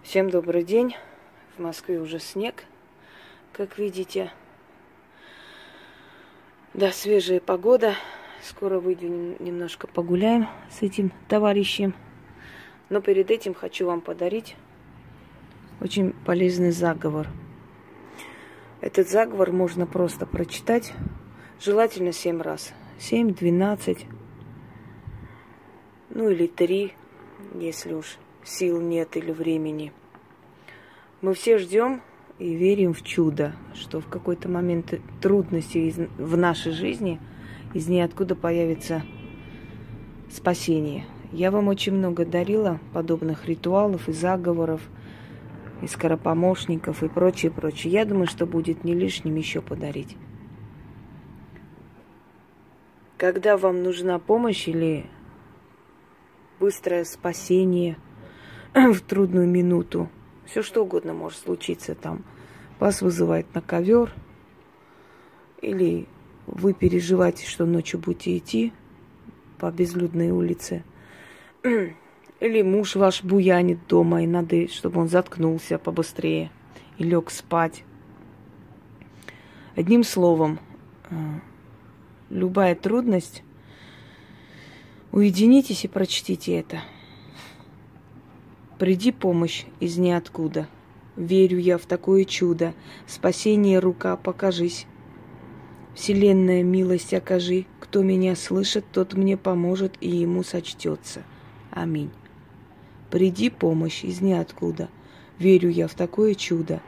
Всем добрый день. В Москве уже снег, как видите. Да, свежая погода. Скоро выйдем, немножко погуляем с этим товарищем. Но перед этим хочу вам подарить очень полезный заговор. Этот заговор можно просто прочитать, желательно 7 раз. 7, 12, ну или 3, если уж сил нет или времени. Мы все ждем и верим в чудо, что в какой-то момент трудностей в нашей жизни из ниоткуда появится спасение. Я вам очень много дарила подобных ритуалов и заговоров, и скоропомощников и прочее, прочее. Я думаю, что будет не лишним еще подарить. Когда вам нужна помощь или быстрое спасение в трудную минуту, все что угодно может случиться там. Вас вызывает на ковер, или вы переживаете, что ночью будете идти по безлюдной улице, или муж ваш буянит дома, и надо, чтобы он заткнулся побыстрее и лег спать. Одним словом, любая трудность, уединитесь и прочтите это. Приди помощь из ниоткуда. Верю я в такое чудо. Спасение рука, покажись. Вселенная милость окажи. Кто меня слышит, тот мне поможет, и ему сочтется. Аминь. Приди помощь из ниоткуда. Верю я в такое чудо.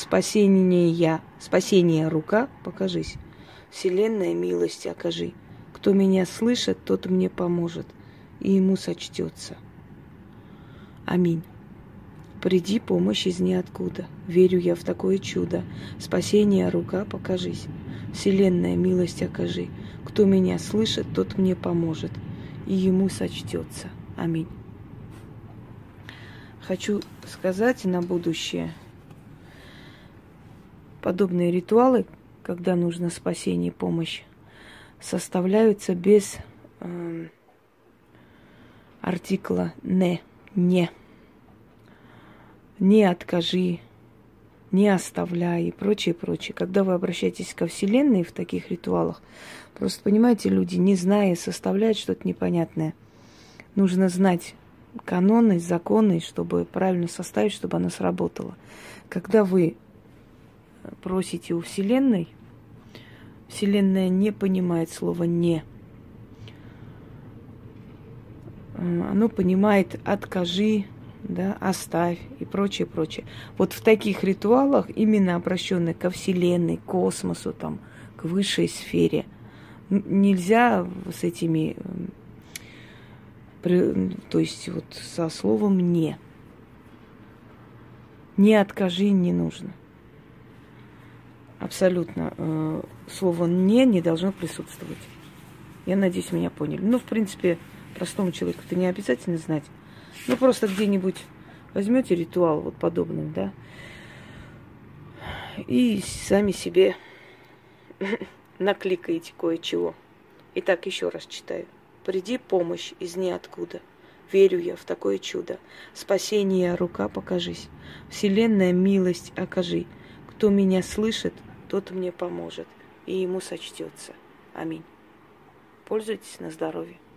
Спасение рука, покажись. Вселенная милость окажи. Кто меня слышит, тот мне поможет, и ему сочтется. Аминь. Приди помощь из ниоткуда. Верю я в такое чудо. Спасение рука, покажись. Вселенная милость окажи. Кто меня слышит, тот мне поможет, и ему сочтется. Аминь. Хочу сказать на будущее, подобные ритуалы, когда нужно спасение и помощь, составляются без артикла «не». Не откажи, не оставляй и прочее, прочее. Когда вы обращаетесь ко Вселенной в таких ритуалах, просто понимаете, люди, не зная, составляют что-то непонятное. Нужно знать каноны, законы, чтобы правильно составить, чтобы она сработала. Когда вы просите у Вселенной, Вселенная не понимает слова «не». Оно понимает «откажи», да, «оставь» и прочее, прочее. Вот в таких ритуалах, именно обращенных ко Вселенной, к космосу, там, к высшей сфере, нельзя с этими, то есть вот со словом «не». «Не откажи» не нужно. Абсолютно. Слово не должно присутствовать. Я надеюсь, меня поняли. Ну, в принципе, простому человеку это не обязательно знать. Ну, просто где-нибудь возьмете ритуал вот подобный, да, и сами себе накликаете кое-чего. Итак, еще раз читаю. Приди помощь из ниоткуда. Верю я в такое чудо. Спасение рука, покажись. Вселенная милость окажи. Кто меня слышит, тот мне поможет, и ему сочтется. Аминь. Пользуйтесь на здоровье.